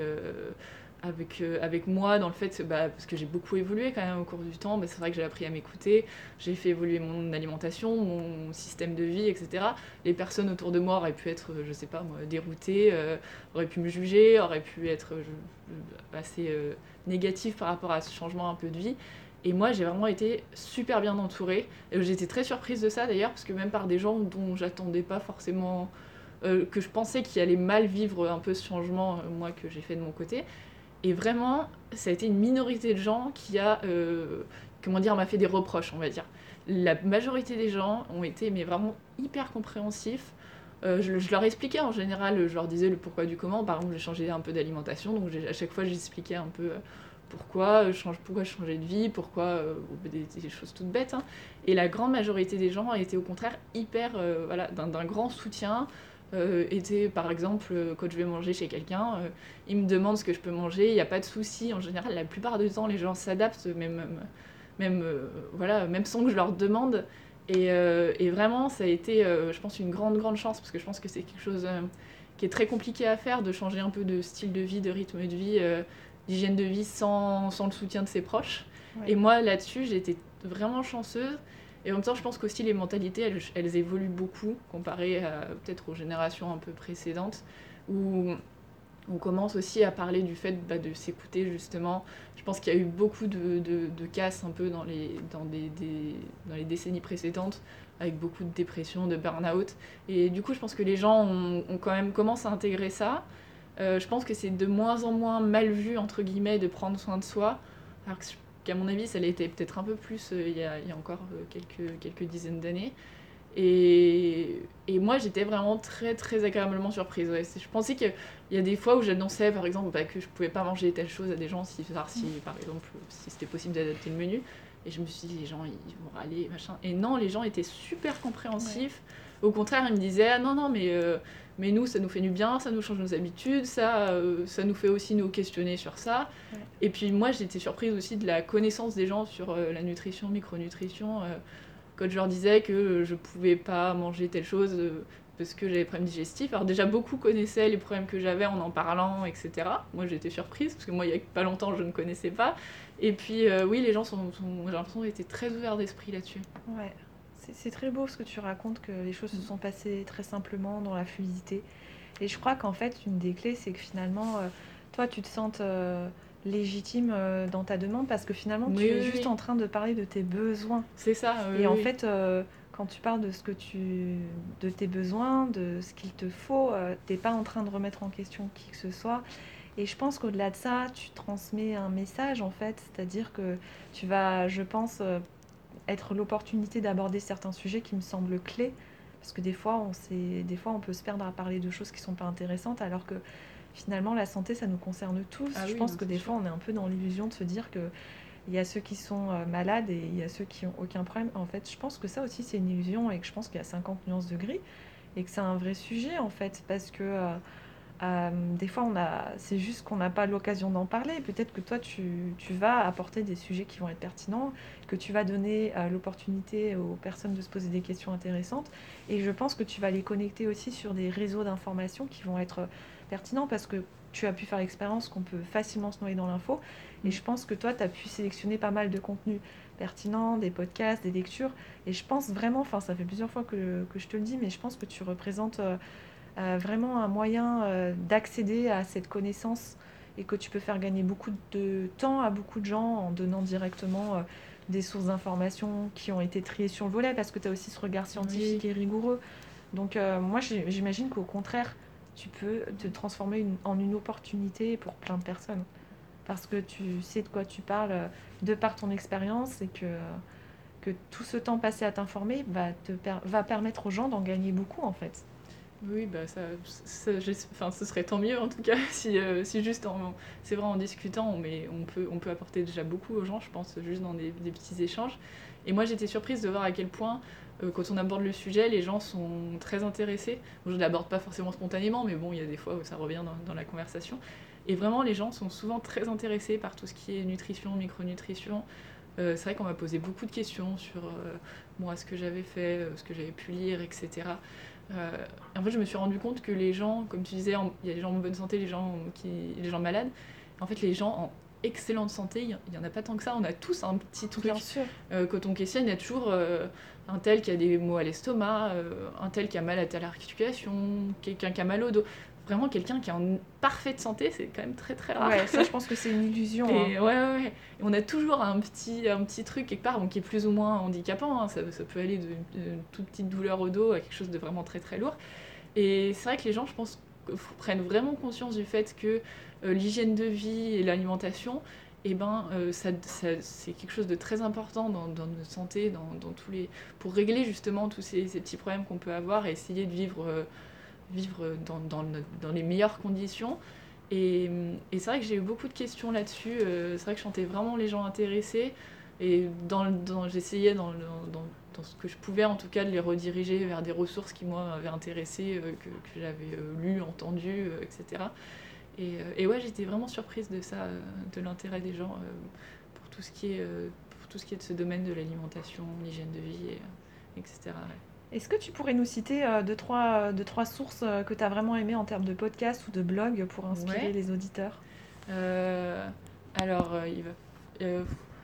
avec moi, dans le fait, parce que j'ai beaucoup évolué quand même au cours du temps, c'est vrai que j'ai appris à m'écouter, j'ai fait évoluer mon alimentation, mon système de vie, etc. Les personnes autour de moi auraient pu être, je sais pas moi, déroutées, auraient pu me juger, auraient pu être assez négatif par rapport à ce changement un peu de vie. Et moi, j'ai vraiment été super bien entourée. Et j'ai été très surprise de ça d'ailleurs, parce que même par des gens dont j'attendais pas forcément, que je pensais qu'ils allaient mal vivre un peu ce changement, moi, que j'ai fait de mon côté. Et vraiment, ça a été une minorité de gens qui comment dire, m'a fait des reproches, on va dire. La majorité des gens ont été mais vraiment hyper compréhensifs. Je leur expliquais en général, je leur disais le pourquoi du comment. Par exemple, j'ai changé un peu d'alimentation, donc à chaque fois j'expliquais un peu pourquoi je changeais de vie, pourquoi des choses toutes bêtes, hein. Et la grande majorité des gens étaient au contraire hyper voilà, d'un grand soutien. Était par exemple quand je vais manger chez quelqu'un, ils me demandent ce que je peux manger, il n'y a pas de souci. En général, la plupart du temps, les gens s'adaptent, voilà, même sans que je leur demande. Et vraiment, ça a été, je pense, une grande chance, parce que je pense que c'est quelque chose qui est très compliqué à faire, de changer un peu de style de vie, de rythme de vie, d'hygiène de vie sans le soutien de ses proches. Ouais. Et moi, là-dessus, j'ai été vraiment chanceuse. Et en même temps, je pense qu'aussi les mentalités, elles évoluent beaucoup comparées peut-être aux générations un peu précédentes, où on commence aussi à parler du fait de s'écouter justement. Je pense qu'il y a eu beaucoup de casse un peu dans les décennies précédentes, avec beaucoup de dépression, de burn-out. Et du coup, je pense que les gens ont quand même commencé à intégrer ça. Je pense que c'est de moins en moins mal vu, entre guillemets, de prendre soin de soi. Alors qu'à mon avis, ça l'était peut-être un peu plus il y a encore quelques dizaines d'années. Et moi, j'étais vraiment très agréablement surprise. Ouais. Je pensais qu'il y a des fois où j'annonçais, par exemple, que je pouvais pas manger telle chose à des gens, si par exemple, si c'était possible d'adapter le menu. Et je me suis dit, les gens, ils vont râler, machin. Et non, les gens étaient super compréhensifs. Ouais. Au contraire, ils me disaient, ah non, mais nous, ça nous fait du bien, ça nous change nos habitudes, ça nous fait aussi nous questionner sur ça. Ouais. Et puis moi, j'étais surprise aussi de la connaissance des gens sur la nutrition, micronutrition. Quand je leur disais que je pouvais pas manger telle chose parce que j'avais des problèmes digestifs. Alors déjà, beaucoup connaissaient les problèmes que j'avais en parlant, etc. Moi, j'étais surprise, parce que moi, il y a pas longtemps, je ne connaissais pas. Et puis, oui, les gens j'ai l'impression, étaient très ouverts d'esprit là-dessus. Ouais, c'est très beau ce que tu racontes, que les choses se sont passées très simplement, dans la fluidité. Et je crois qu'en fait, une des clés, c'est que finalement, toi, tu te sentes légitime dans ta demande parce que finalement, tu Oui, es oui, juste oui. en train de parler de tes besoins. C'est ça, Et oui, en oui. fait, quand tu parles de tes besoins, de ce qu'il te faut, t'es pas en train de remettre en question qui que ce soit. Et je pense qu'au-delà de ça, tu transmets un message en fait, c'est-à-dire que tu vas, je pense, être l'opportunité d'aborder certains sujets qui me semblent clés. Parce que des fois, on peut se perdre à parler de choses qui sont pas intéressantes, alors que finalement, la santé, ça nous concerne tous. Ah Je oui, pense non, que c'est des sûr. fois, on est un peu dans l'illusion de se dire que il y a ceux qui sont malades et il y a ceux qui ont aucun problème. En fait, je pense que ça aussi, c'est une illusion et que je pense qu'il y a 50 nuances de gris et que c'est un vrai sujet, en fait, parce que des fois, c'est juste qu'on n'a pas l'occasion d'en parler. Peut-être que toi, tu vas apporter des sujets qui vont être pertinents, que tu vas donner l'opportunité aux personnes de se poser des questions intéressantes. Et je pense que tu vas les connecter aussi sur des réseaux d'informations qui vont être pertinents parce que tu as pu faire l'expérience qu'on peut facilement se noyer dans l'info. Et Mm. je pense que toi, tu as pu sélectionner pas mal de contenus pertinents, des podcasts, des lectures. Et je pense vraiment, enfin, ça fait plusieurs fois que je te le dis, mais je pense que tu représentes vraiment un moyen d'accéder à cette connaissance et que tu peux faire gagner beaucoup de temps à beaucoup de gens en donnant directement des sources d'informations qui ont été triées sur le volet parce que tu as aussi ce regard Oui, scientifique oui. et rigoureux. Donc moi j'imagine qu'au contraire, tu peux te transformer en une opportunité pour plein de personnes parce que tu sais de quoi tu parles de par ton expérience et que tout ce temps passé à t'informer va permettre aux gens d'en gagner beaucoup en fait. Oui, bah enfin, ce serait tant mieux en tout cas si juste c'est vrai en discutant, mais on peut apporter déjà beaucoup aux gens, je pense, juste dans des petits échanges. Et moi j'étais surprise de voir à quel point, quand on aborde le sujet, les gens sont très intéressés. Bon, je ne l'aborde pas forcément spontanément, mais bon, il y a des fois où ça revient dans la conversation. Et vraiment, les gens sont souvent très intéressés par tout ce qui est nutrition, micronutrition. C'est vrai qu'on m'a posé beaucoup de questions sur moi, ce que j'avais fait, ce que j'avais pu lire, etc. Euh, en fait, je me suis rendu compte que les gens, comme tu disais, il y a les gens en bonne santé, les gens malades. En fait, les gens en excellente santé, il y en a pas tant que ça. On a tous un petit truc. Bien sûr. Quand on questionne, il y a toujours un tel qui a des maux à l'estomac, un tel qui a mal à telle articulation, quelqu'un qui a mal au dos. Vraiment, quelqu'un qui est en parfaite santé, c'est quand même très très rare. Ouais, ça je pense que c'est une illusion, hein. Et ouais, ouais, ouais. Et on a toujours un petit truc quelque part, bon, qui est plus ou moins handicapant, hein. Ça peut aller d'une toute petite douleur au dos à quelque chose de vraiment très très lourd. Et c'est vrai que les gens, je pense, prennent vraiment conscience du fait que l'hygiène de vie et l'alimentation, eh ben, c'est quelque chose de très important dans notre santé, pour régler justement tous ces petits problèmes qu'on peut avoir et essayer de vivre dans les meilleures conditions. Et c'est vrai que j'ai eu beaucoup de questions là-dessus. C'est vrai que je sentais vraiment les gens intéressés. Et j'essayais dans ce que je pouvais, en tout cas, de les rediriger vers des ressources qui, moi, m'avaient intéressé, que j'avais lues, entendues, etc. Et ouais, j'étais vraiment surprise de ça, de l'intérêt des gens pour pour tout ce qui est de ce domaine de l'alimentation, l'hygiène de vie, etc. Ouais. Est-ce que tu pourrais nous citer deux, trois sources que tu as vraiment aimées en termes de podcast ou de blog pour inspirer Ouais. les auditeurs? Euh, alors, euh,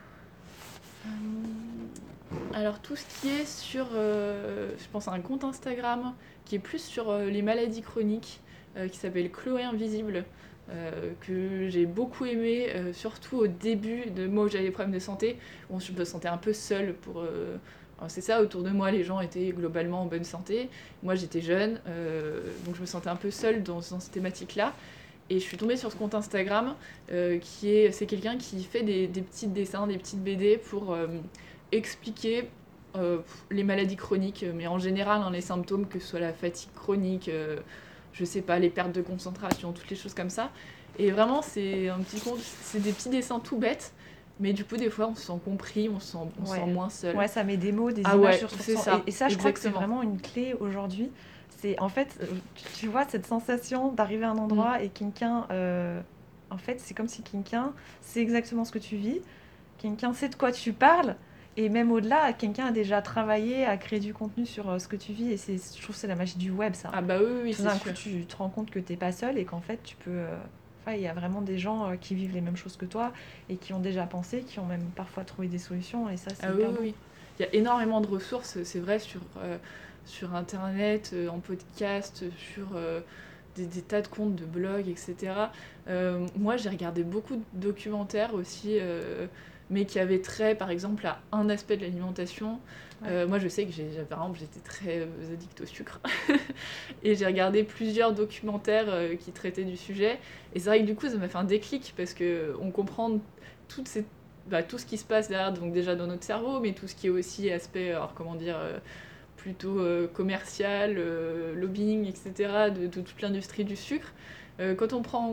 alors, tout ce qui est sur, je pense à un compte Instagram qui est plus sur les maladies chroniques, qui s'appelle Chloé Invisible, que j'ai beaucoup aimé, surtout au début de moi où j'avais des problèmes de santé. Bon, je me sentais un peu seule alors c'est ça, autour de moi, les gens étaient globalement en bonne santé. Moi, j'étais jeune, donc je me sentais un peu seule dans cette thématique-là. Et je suis tombée sur ce compte Instagram, c'est quelqu'un qui fait des petits dessins, des petites BD pour expliquer les maladies chroniques, mais en général, hein, les symptômes, que ce soit la fatigue chronique, je sais pas, les pertes de concentration, toutes les choses comme ça. Et vraiment, c'est un petit compte, c'est des petits dessins tout bêtes, mais du coup, des fois, on se sent compris, on se sent Ouais. moins seul. Ouais, ça met des mots, des Ah images ouais, sur ce c'est ressent. ça, Et ça, je crois que c'est exactement. vraiment une clé aujourd'hui. C'est en fait, tu vois, cette sensation d'arriver à un Mm. endroit et quelqu'un, en fait, c'est comme si quelqu'un sait exactement ce que tu vis, quelqu'un sait de quoi tu parles, et même au-delà, quelqu'un a déjà travaillé à créer du contenu sur ce que tu vis. Et je trouve que c'est la magie du web, ça. Ah bah oui, oui, Tout c'est d'un coup, sûr. tu te rends compte que t'es pas seul et qu'en fait, tu peux. Enfin, il y a vraiment des gens qui vivent les mêmes choses que toi et qui ont déjà pensé, qui ont même parfois trouvé des solutions. Et ça, c'est Ah oui, hyper oui, beau. oui. Il y a énormément de ressources, c'est vrai, sur Internet, en podcast, des tas de comptes de blogs, etc. Moi, j'ai regardé beaucoup de documentaires aussi, mais qui avaient trait, par exemple, à un aspect de l'alimentation. Moi, je sais que par exemple, j'étais très addict au sucre. Et j'ai regardé plusieurs documentaires qui traitaient du sujet. Et c'est vrai que du coup, ça m'a fait un déclic, parce qu'on comprend toutes ces tout ce qui se passe derrière, donc déjà dans notre cerveau, mais tout ce qui est aussi aspect, alors comment dire, plutôt commercial, lobbying, etc., de toute l'industrie du sucre. Quand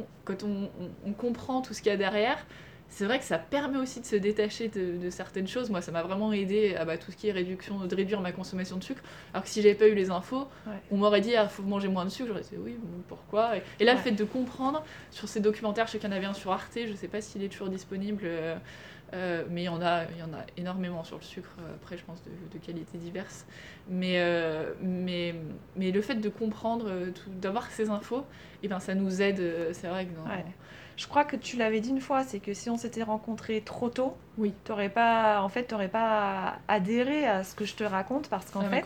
on comprend tout ce qu'il y a derrière, c'est vrai que ça permet aussi de se détacher de certaines choses. Moi, ça m'a vraiment aidé à tout ce qui est de réduire ma consommation de sucre. Alors que si j'avais pas eu les infos, on m'aurait dit faut manger moins de sucre. J'aurais dit oui, bon, pourquoi et là, le fait de comprendre sur ces documentaires, je sais qu'il y en avait un sur Arte, je sais pas s'il est toujours disponible. Mais il y en a énormément sur le sucre, après je pense de qualités diverses. Mais le fait de comprendre, d'avoir ces infos, et ben ça nous aide, c'est vrai que Je crois que tu l'avais dit une fois, c'est que si on s'était rencontrés trop tôt, oui. t'aurais pas adhéré à ce que je te raconte, parce qu'en fait,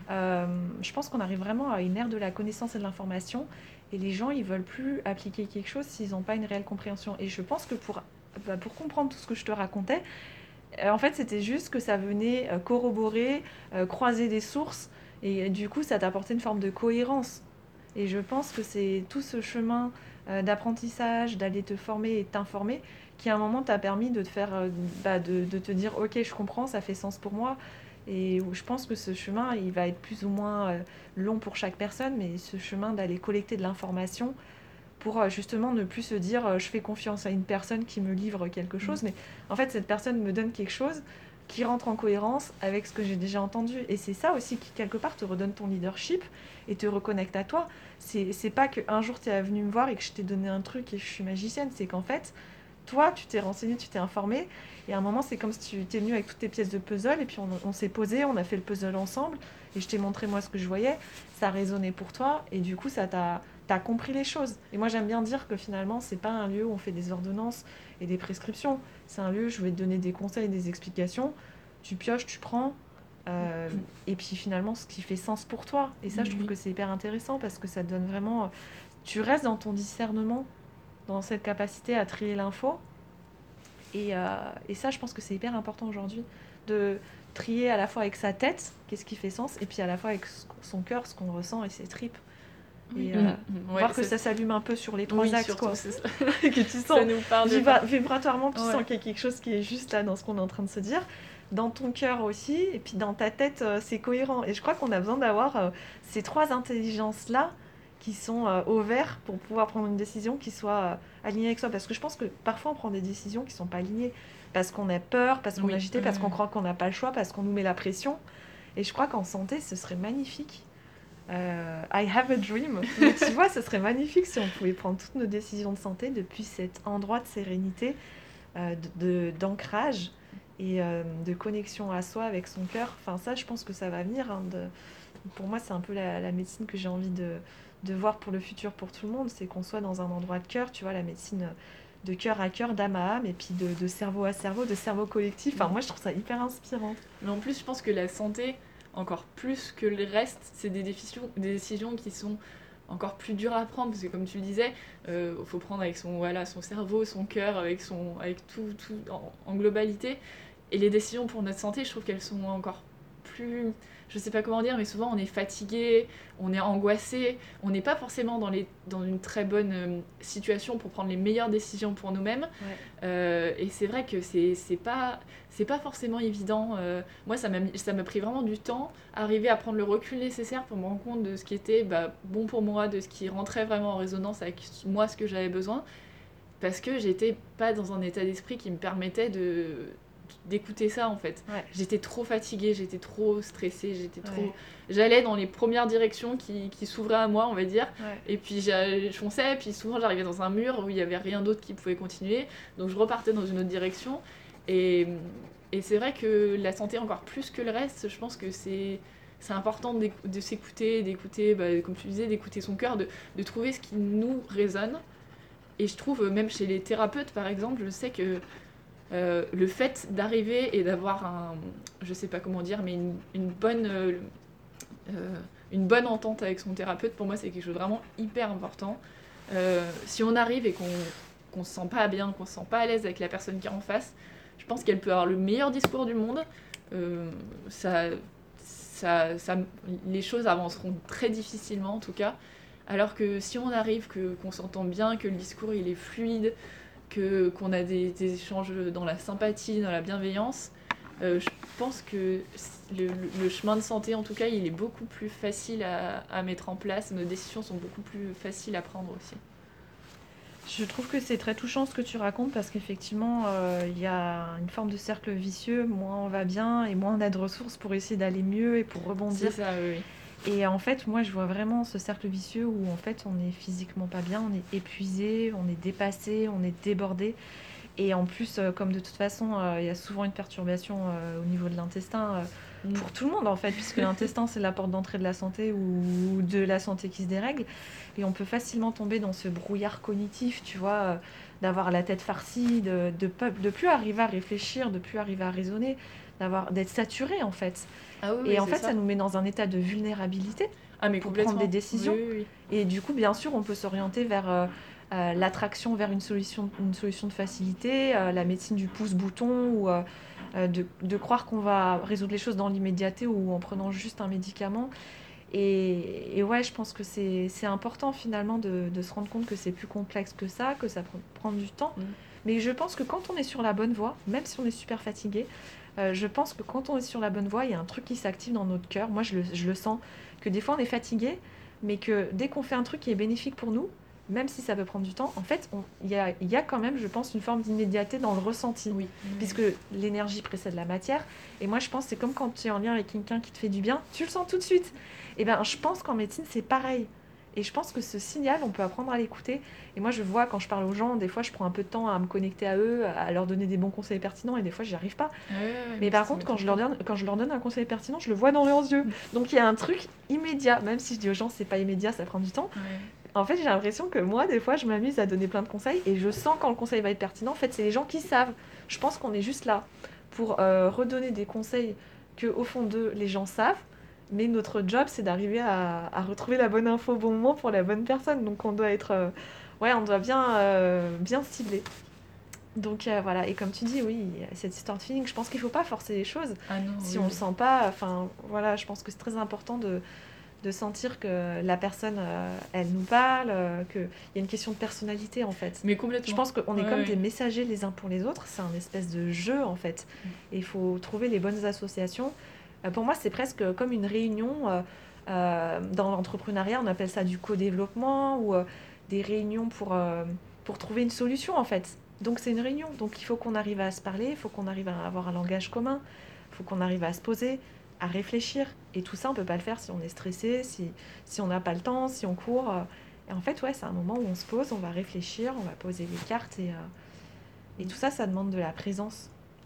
je pense qu'on arrive vraiment à une ère de la connaissance et de l'information, et les gens, ils veulent plus appliquer quelque chose s'ils n'ont pas une réelle compréhension. Et je pense que pour comprendre tout ce que je te racontais, en fait, c'était juste que ça venait corroborer, croiser des sources, et du coup, ça t'apportait une forme de cohérence. Et je pense que c'est tout ce chemin d'apprentissage, d'aller te former et t'informer, qui à un moment t'a permis de te faire, de te dire ok, je comprends, ça fait sens pour moi. Et je pense que ce chemin, il va être plus ou moins long pour chaque personne, mais ce chemin d'aller collecter de l'information pour justement ne plus se dire je fais confiance à une personne qui me livre quelque chose, mais en fait cette personne me donne quelque chose qui rentre en cohérence avec ce que j'ai déjà entendu. Et c'est ça aussi qui, quelque part, te redonne ton leadership et te reconnecte à toi. C'est pas qu'un jour tu es venu me voir et que je t'ai donné un truc et je suis magicienne, c'est qu'en fait, toi, tu t'es renseigné, tu t'es informé, et à un moment, c'est comme si tu étais venu avec toutes tes pièces de puzzle, et puis on s'est posé, on a fait le puzzle ensemble, et je t'ai montré moi ce que je voyais, ça résonnait pour toi, et du coup, t'as compris les choses. Et moi, j'aime bien dire que finalement, c'est pas un lieu où on fait des ordonnances et des prescriptions, c'est un lieu où je vais te donner des conseils et des explications, tu pioches, tu prends, et puis finalement, ce qui fait sens pour toi. Et ça, je trouve que c'est hyper intéressant, parce que ça te donne vraiment... Tu restes dans ton discernement, dans cette capacité à trier l'info. Et ça, je pense que c'est hyper important aujourd'hui, de trier à la fois avec sa tête, qu'est-ce qui fait sens, et puis à la fois avec son cœur, ce qu'on ressent et ses tripes. Et voir que ça s'allume un peu sur les trois axes, quoi. Que tu sens, ça nous parle vibratoirement, tu sens qu'il y a quelque chose qui est juste là dans ce qu'on est en train de se dire. Dans ton cœur aussi, et puis dans ta tête, c'est cohérent. Et je crois qu'on a besoin d'avoir ces trois intelligences-là qui sont au vert pour pouvoir prendre une décision qui soit alignée avec soi. Parce que je pense que parfois on prend des décisions qui ne sont pas alignées, parce qu'on a peur, parce qu'on est agité, parce qu'on croit qu'on n'a pas le choix, parce qu'on nous met la pression. Et je crois qu'en santé, ce serait magnifique. I have a dream. Mais tu vois, ce serait magnifique si on pouvait prendre toutes nos décisions de santé depuis cet endroit de sérénité, d'ancrage et de connexion à soi avec son cœur. Enfin, ça, je pense que ça va venir. Pour moi, c'est un peu la médecine que j'ai envie de voir pour le futur, pour tout le monde. C'est qu'on soit dans un endroit de cœur, tu vois, la médecine de cœur à cœur, d'âme à âme, et puis de cerveau à cerveau, de cerveau collectif. Enfin, moi, je trouve ça hyper inspirant. Mais en plus, je pense que la santé, encore plus que le reste, c'est des décisions qui sont encore plus dures à prendre, parce que comme tu le disais, faut prendre avec son cerveau, son cœur, avec tout en globalité. Et les décisions pour notre santé, je trouve qu'elles sont encore plus... Je sais pas comment dire, mais souvent on est fatigué, on est angoissé, on n'est pas forcément dans une très bonne situation pour prendre les meilleures décisions pour nous-mêmes. Et c'est vrai que c'est pas forcément évident. Moi, ça m'a pris vraiment du temps à arriver à prendre le recul nécessaire pour me rendre compte de ce qui était bon pour moi, de ce qui rentrait vraiment en résonance avec moi, ce que j'avais besoin, parce que j'étais pas dans un état d'esprit qui me permettait d'écouter ça, en fait. J'étais trop fatiguée, j'étais trop stressée, j'allais dans les premières directions qui s'ouvraient à moi, on va dire, et puis je fonçais, et puis souvent j'arrivais dans un mur où il y avait rien d'autre qui pouvait continuer, donc je repartais dans une autre direction. Et c'est vrai que la santé, encore plus que le reste, je pense que c'est important de s'écouter, d'écouter, comme tu disais, d'écouter son cœur, de trouver ce qui nous résonne. Et je trouve, même chez les thérapeutes par exemple, je sais que le fait d'arriver et d'avoir je sais pas comment dire, mais une bonne une bonne entente avec son thérapeute, pour moi, c'est quelque chose de vraiment hyper important. Si on arrive et qu'on se sent pas bien, qu'on se sent pas à l'aise avec la personne qui est en face, je pense qu'elle peut avoir le meilleur discours du monde. Euh, ça, les choses avanceront très difficilement en tout cas. Alors que si on arrive, qu'on s'entend bien, que le discours il est fluide, qu'on a des échanges dans la sympathie, dans la bienveillance, je pense que le chemin de santé, en tout cas, il est beaucoup plus facile à mettre en place. Nos décisions sont beaucoup plus faciles à prendre aussi. Je trouve que c'est très touchant ce que tu racontes parce qu'effectivement, il y a une forme de cercle vicieux. Moins on va bien et moins on a de ressources pour essayer d'aller mieux et pour rebondir. C'est ça, oui. Et en fait, moi, je vois vraiment ce cercle vicieux où en fait, on est physiquement pas bien, on est épuisé, on est dépassé, on est débordé. Et en plus, comme de toute façon, il y a souvent une perturbation au niveau de l'intestin pour tout le monde en fait, puisque l'intestin c'est la porte d'entrée de la santé ou de la santé qui se dérègle. Et on peut facilement tomber dans ce brouillard cognitif, tu vois, d'avoir la tête farcie, de plus arriver à réfléchir, de plus arriver à raisonner, d'être saturé en fait. Ah oui, Et en c'est fait, ça. ça nous met dans un état de vulnérabilité Ah mais pour prendre complètement. des décisions. Oui, oui, Et du coup, bien sûr, on peut s'orienter vers l'attraction vers une solution de facilité, la médecine du pouce-bouton, ou de croire qu'on va résoudre les choses dans l'immédiateté ou en prenant juste un médicament. Et ouais, je pense que c'est important finalement de se rendre compte que c'est plus complexe que ça, que ça prend du temps. oui. Mais je pense que quand on est sur la bonne voie, même si on est super fatigué, je pense que quand on est sur la bonne voie, il y a un truc qui s'active dans notre cœur. Moi, je le sens, que des fois on est fatigué, mais que dès qu'on fait un truc qui est bénéfique pour nous, même si ça peut prendre du temps, en fait, il y a quand même, je pense, une forme d'immédiateté dans le ressenti, Oui. puisque l'énergie précède la matière. Et moi, je pense que c'est comme quand tu es en lien avec quelqu'un qui te fait du bien, tu le sens tout de suite. Et ben, je pense qu'en médecine, c'est pareil. Et je pense que ce signal, on peut apprendre à l'écouter. Et moi, je vois quand je parle aux gens, des fois, je prends un peu de temps à me connecter à eux, à leur donner des bons conseils pertinents, et des fois, j'y arrive pas. Ouais, ouais, Mais mais par ça contre, m'étonne pas. quand je leur donne un conseil pertinent, je le vois dans leurs yeux. Donc il y a un truc immédiat, même si je dis aux gens c'est pas immédiat, ça prend du temps. Ouais. En fait, j'ai l'impression que moi, des fois, je m'amuse à donner plein de conseils et je sens quand le conseil va être pertinent. En fait, c'est les gens qui savent. Je pense qu'on est juste là pour redonner des conseils que, au fond d'eux, les gens savent. Mais notre job, c'est d'arriver à retrouver la bonne info au bon moment pour la bonne personne. Donc on doit être, ouais, on doit bien cibler. Donc voilà, et comme tu dis, oui, cette histoire de feeling, je pense qu'il ne faut pas forcer les choses. Ah non, Si oui, on ne le oui. sent pas, enfin voilà, je pense que c'est très important de sentir que la personne, elle nous parle, qu'il y a une question de personnalité en fait. Mais Je complètement. pense qu'on est Ouais, comme ouais. des messagers les uns pour les autres, c'est un espèce de jeu en fait. Et il faut trouver les bonnes associations. Pour moi, c'est presque comme une réunion. Dans l'entrepreneuriat, on appelle ça du co-développement ou des réunions pour trouver une solution en fait. Donc c'est une réunion, donc il faut qu'on arrive à se parler, il faut qu'on arrive à avoir un langage commun, il faut qu'on arrive à se poser, à réfléchir. Et tout ça, on ne peut pas le faire si on est stressé, si on n'a pas le temps, si on court. Et en fait, ouais, c'est un moment où on se pose, on va réfléchir, on va poser les cartes et tout ça, ça demande de la présence.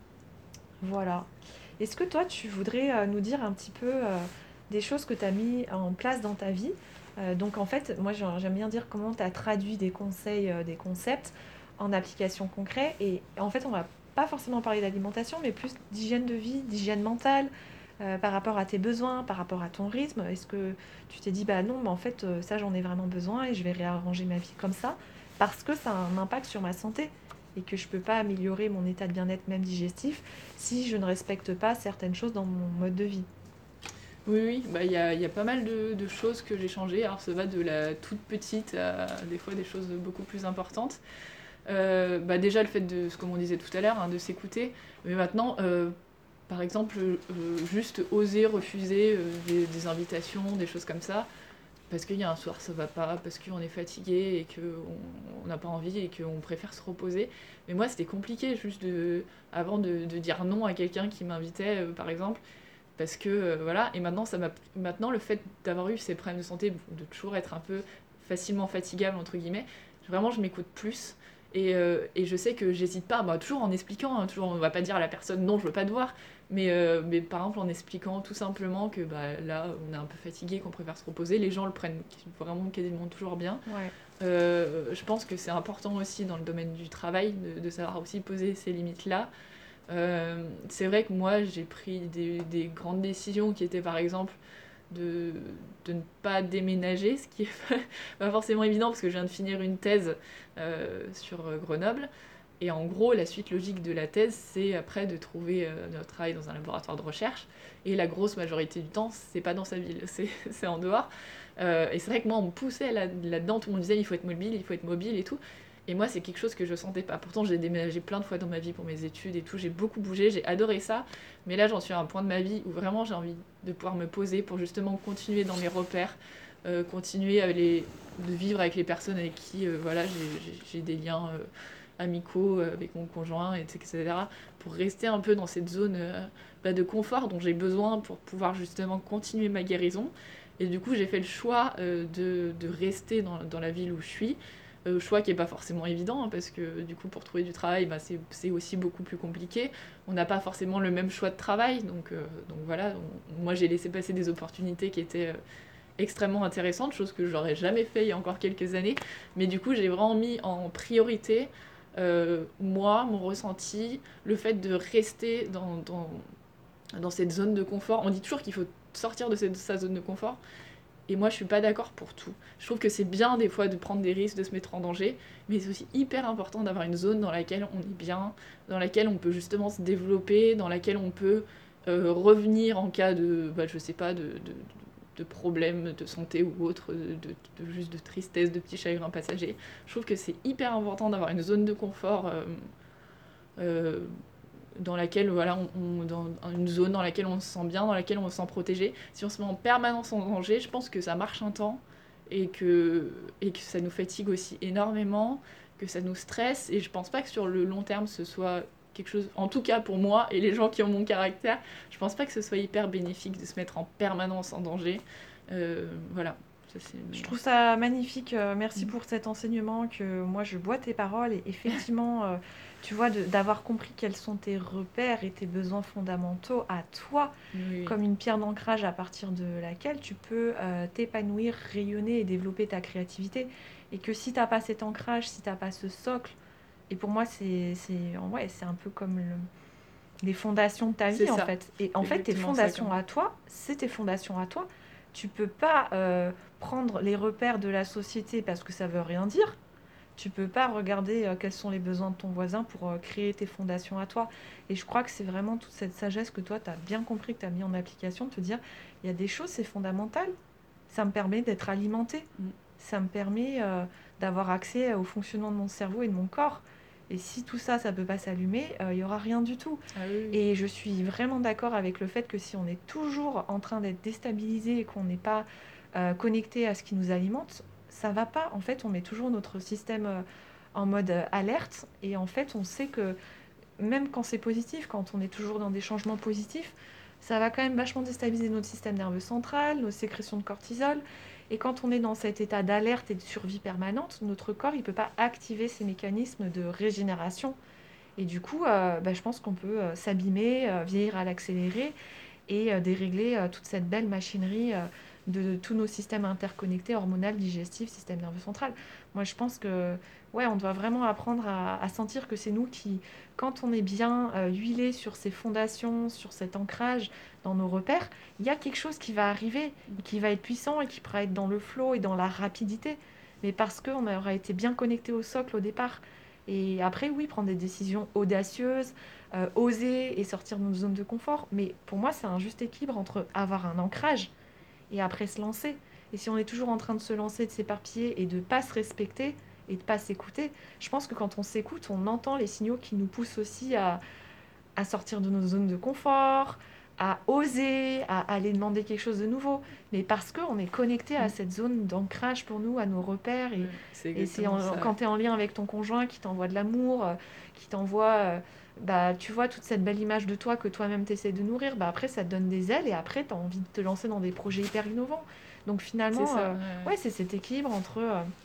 Voilà. Est-ce que toi, tu voudrais nous dire un petit peu des choses que tu as mis en place dans ta vie? Donc en fait, moi j'aime bien dire comment tu as traduit des conseils, des concepts en application concrète. Et en fait, on va pas forcément parler d'alimentation, mais plus d'hygiène de vie, d'hygiène mentale, par rapport à tes besoins, par rapport à ton rythme. Est-ce que tu t'es dit, bah non, mais en fait, ça j'en ai vraiment besoin et je vais réarranger ma vie comme ça, parce que ça a un impact sur ma santé et que je ne peux pas améliorer mon état de bien-être même digestif si je ne respecte pas certaines choses dans mon mode de vie. Oui, oui, bah, il y a pas mal de choses que j'ai changées. Alors, ça va de la toute petite à des fois des choses beaucoup plus importantes. Bah, déjà, le fait de, comme on disait tout à l'heure, hein, de s'écouter. Mais maintenant, par exemple, juste oser refuser des invitations, des choses comme ça, parce qu'il y a un soir ça va pas, parce qu'on est fatigué et qu'on n'a pas envie et qu'on préfère se reposer. Mais moi, c'était compliqué juste avant de dire non à quelqu'un qui m'invitait, par exemple, parce que voilà. Et maintenant, maintenant, le fait d'avoir eu ces problèmes de santé, de toujours être un peu facilement fatigable, entre guillemets, vraiment, je m'écoute plus. Et je sais que j'hésite pas, bah, toujours en expliquant, hein, toujours, on va pas dire à la personne non, je veux pas te voir, mais par exemple en expliquant tout simplement que bah, là on est un peu fatigué, qu'on préfère se reposer, les gens le prennent vraiment quasiment toujours bien. Ouais. Je pense que c'est important aussi dans le domaine du travail de savoir aussi poser ces limites-là. C'est vrai que moi j'ai pris des grandes décisions qui étaient par exemple de, de ne pas déménager, ce qui est pas forcément évident parce que je viens de finir une thèse sur Grenoble. Et en gros, la suite logique de la thèse, c'est après de trouver notre travail dans un laboratoire de recherche. Et la grosse majorité du temps, c'est pas dans sa ville, c'est en dehors. Et c'est vrai que moi, on me poussait là-dedans, tout le monde disait il faut être mobile et tout. Et moi, c'est quelque chose que je sentais pas. Pourtant, j'ai déménagé plein de fois dans ma vie pour mes études et tout. J'ai beaucoup bougé, j'ai adoré ça. Mais là, j'en suis à un point de ma vie où vraiment j'ai envie de pouvoir me poser pour justement continuer dans mes repères, continuer de vivre avec les personnes avec qui voilà, j'ai des liens amicaux avec mon conjoint, etc. Pour rester un peu dans cette zone de confort dont j'ai besoin pour pouvoir justement continuer ma guérison. Et du coup, j'ai fait le choix de rester dans la ville où je suis. Choix qui n'est pas forcément évident, hein, parce que du coup, pour trouver du travail, c'est aussi beaucoup plus compliqué. On n'a pas forcément le même choix de travail, donc voilà. Moi, j'ai laissé passer des opportunités qui étaient extrêmement intéressantes, chose que j'aurais jamais fait il y a encore quelques années. Mais du coup, j'ai vraiment mis en priorité moi, mon ressenti, le fait de rester dans cette zone de confort. On dit toujours qu'il faut sortir de sa zone de confort. Et moi, je suis pas d'accord pour tout. Je trouve que c'est bien des fois de prendre des risques, de se mettre en danger, mais c'est aussi hyper important d'avoir une zone dans laquelle on est bien, dans laquelle on peut justement se développer, dans laquelle on peut revenir en cas de, je sais pas, de problèmes de santé ou autre, juste de tristesse, de petits chagrins passagers. Je trouve que c'est hyper important d'avoir une zone de confort euh, dans laquelle voilà, dans une zone dans laquelle on se sent bien, dans laquelle on se sent protégé. Si on se met en permanence en danger, je pense que ça marche un temps et que ça nous fatigue aussi énormément, que ça nous stresse. Et je pense pas que sur le long terme, ce soit quelque chose, en tout cas pour moi et les gens qui ont mon caractère, je pense pas que ce soit hyper bénéfique de se mettre en permanence en danger. Voilà. Ça, Je trouve ça magnifique. Merci pour cet enseignement que moi je bois tes paroles et effectivement, tu vois, d'avoir compris quels sont tes repères et tes besoins fondamentaux à toi, oui. comme une pierre d'ancrage à partir de laquelle tu peux t'épanouir, rayonner et développer ta créativité. Et que si t'as pas cet ancrage, si t'as pas ce socle, et pour moi ouais, c'est un peu comme les fondations de ta C'est vie en ça. fait. Et en C'est fait, tes exactement ça. fondations à toi, c'est tes fondations à toi. Tu peux pas prendre les repères de la société parce que ça veut rien dire. Tu peux pas regarder quels sont les besoins de ton voisin pour créer tes fondations à toi. Et je crois que c'est vraiment toute cette sagesse que toi, tu as bien compris, que tu as mis en application, de te dire, il y a des choses, c'est fondamental. Ça me permet d'être alimenté. Mm. Ça me permet d'avoir accès au fonctionnement de mon cerveau et de mon corps. Et si tout ça, ça ne peut pas s'allumer, il n'y aura rien du tout. Ah oui, oui. Et je suis vraiment d'accord avec le fait que si on est toujours en train d'être déstabilisé et qu'on n'est pas connecté à ce qui nous alimente, ça va pas. En fait, on met toujours notre système en mode alerte. Et en fait, on sait que même quand c'est positif, quand on est toujours dans des changements positifs, ça va quand même vachement déstabiliser notre système nerveux central, nos sécrétions de cortisol. Et quand on est dans cet état d'alerte et de survie permanente, notre corps ne peut pas activer ces mécanismes de régénération. Et du coup, je pense qu'on peut s'abîmer, vieillir à l'accéléré et dérégler toute cette belle machinerie de tous nos systèmes interconnectés, hormonal, digestif, système nerveux central. Moi, je pense que ouais, on doit vraiment apprendre à sentir que c'est nous qui, quand on est bien huilé sur ces fondations, sur cet ancrage dans nos repères, il y a quelque chose qui va arriver, qui va être puissant et qui pourra être dans le flow et dans la rapidité. Mais parce qu'on aura été bien connecté au socle au départ. Et après, oui, prendre des décisions audacieuses, oser et sortir de nos zones de confort. Mais pour moi, c'est un juste équilibre entre avoir un ancrage et après se lancer. Et si on est toujours en train de se lancer, de s'éparpiller et de ne pas se respecter et de ne pas s'écouter, je pense que quand on s'écoute, on entend les signaux qui nous poussent aussi à sortir de nos zones de confort, à oser, à aller demander quelque chose de nouveau. Mais parce qu'on est connecté à cette zone d'ancrage pour nous, à nos repères. Ouais, c'est Et c'est exactement ça. quand tu es en lien avec ton conjoint qui t'envoie de l'amour, qui t'envoie, tu vois, toute cette belle image de toi que toi-même t'essaies de nourrir, après ça te donne des ailes et après tu as envie de te lancer dans des projets hyper innovants. Donc C'est finalement, ça. ouais, c'est cet équilibre entre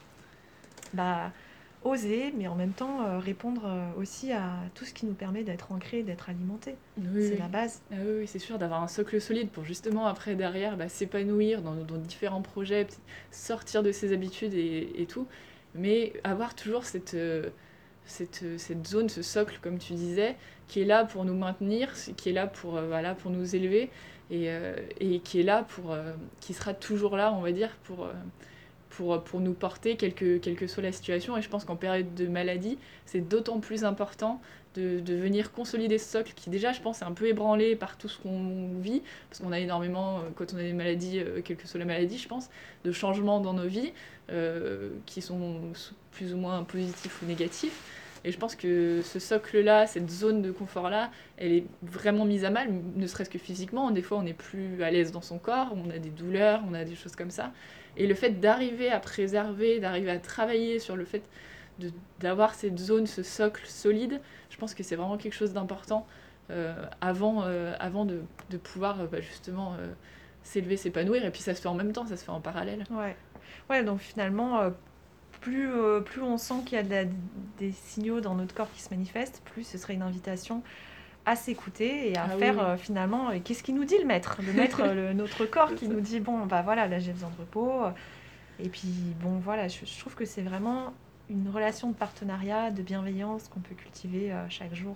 bah, oser, mais en même temps répondre aussi à tout ce qui nous permet d'être ancré, d'être alimenté. Oui, C'est oui. la base. Ah oui, oui, c'est sûr d'avoir un socle solide pour justement après derrière s'épanouir dans différents projets, sortir de ses habitudes et tout, mais avoir toujours cette zone, ce socle, comme tu disais, qui est là pour nous maintenir, qui est là pour nous élever, et qui est là qui sera toujours là, on va dire, pour nous porter, quelle que soit la situation. Et je pense qu'en période de maladie, c'est d'autant plus important de venir consolider ce socle qui déjà, je pense, est un peu ébranlé par tout ce qu'on vit, parce qu'on a énormément, quand on a des maladies, quelle que soit la maladie, je pense, de changements dans nos vies, qui sont plus ou moins positifs ou négatifs. Et je pense que ce socle-là, cette zone de confort-là, elle est vraiment mise à mal, ne serait-ce que physiquement. Des fois, on n'est plus à l'aise dans son corps, on a des douleurs, on a des choses comme ça. Et le fait d'arriver à préserver, d'arriver à travailler sur le fait d'avoir cette zone, ce socle solide, je pense que c'est vraiment quelque chose d'important avant de pouvoir justement s'élever, s'épanouir. Et puis ça se fait en même temps, ça se fait en parallèle. Ouais, donc finalement, plus on sent qu'il y a des signaux dans notre corps qui se manifestent, plus ce serait une invitation à s'écouter et à faire finalement, qu'est-ce qui nous dit le maître, notre corps qui nous dit, bon, bah voilà, là j'ai besoin de repos. Et puis, bon, voilà, je trouve que c'est vraiment une relation de partenariat, de bienveillance qu'on peut cultiver chaque jour.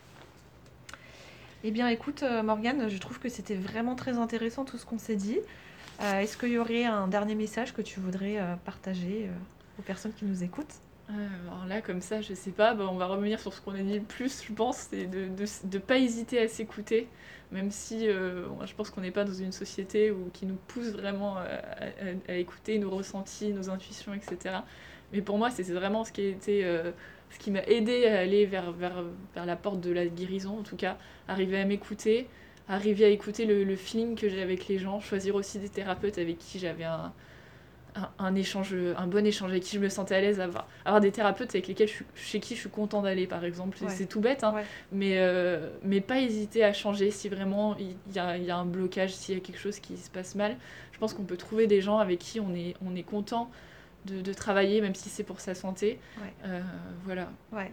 Eh bien, écoute, Morgane, je trouve que c'était vraiment très intéressant tout ce qu'on s'est dit. Est-ce qu'il y aurait un dernier message que tu voudrais partager aux personnes qui nous écoutent ? Alors là, comme ça, je sais pas, on va revenir sur ce qu'on a dit le plus, je pense, c'est de pas hésiter à s'écouter, même si je pense qu'on n'est pas dans une société qui nous pousse vraiment à écouter nos ressentis, nos intuitions, etc. Mais pour moi, c'est vraiment ce qui m'a aidé à aller vers la porte de la guérison, en tout cas, arriver à m'écouter, arriver à écouter le feeling que j'ai avec les gens, choisir aussi des thérapeutes avec qui j'avais un bon échange, avec qui je me sentais à l'aise, avoir des thérapeutes avec lesquels chez qui je suis contente d'aller, par exemple. Ouais. C'est tout bête, hein, Ouais. mais pas hésiter à changer si vraiment il y a un blocage, s'il y a quelque chose qui se passe mal. Je pense qu'on peut trouver des gens avec qui on est content de travailler, même si c'est pour sa santé. Voilà. Ouais,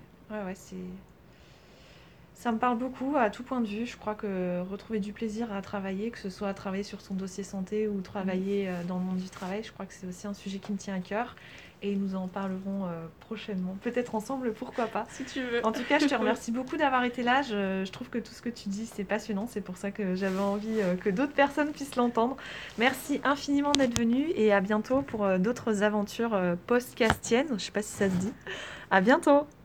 ça me parle beaucoup à tout point de vue. Je crois que retrouver du plaisir à travailler, que ce soit à travailler sur son dossier santé ou travailler dans le monde du travail, je crois que c'est aussi un sujet qui me tient à cœur. Et nous en parlerons prochainement. Peut-être ensemble, pourquoi pas. Si tu veux. En tout cas, je te remercie beaucoup d'avoir été là. Je trouve que tout ce que tu dis, c'est passionnant. C'est pour ça que j'avais envie que d'autres personnes puissent l'entendre. Merci infiniment d'être venu et à bientôt pour d'autres aventures postcastiennes. Je ne sais pas si ça se dit. À bientôt.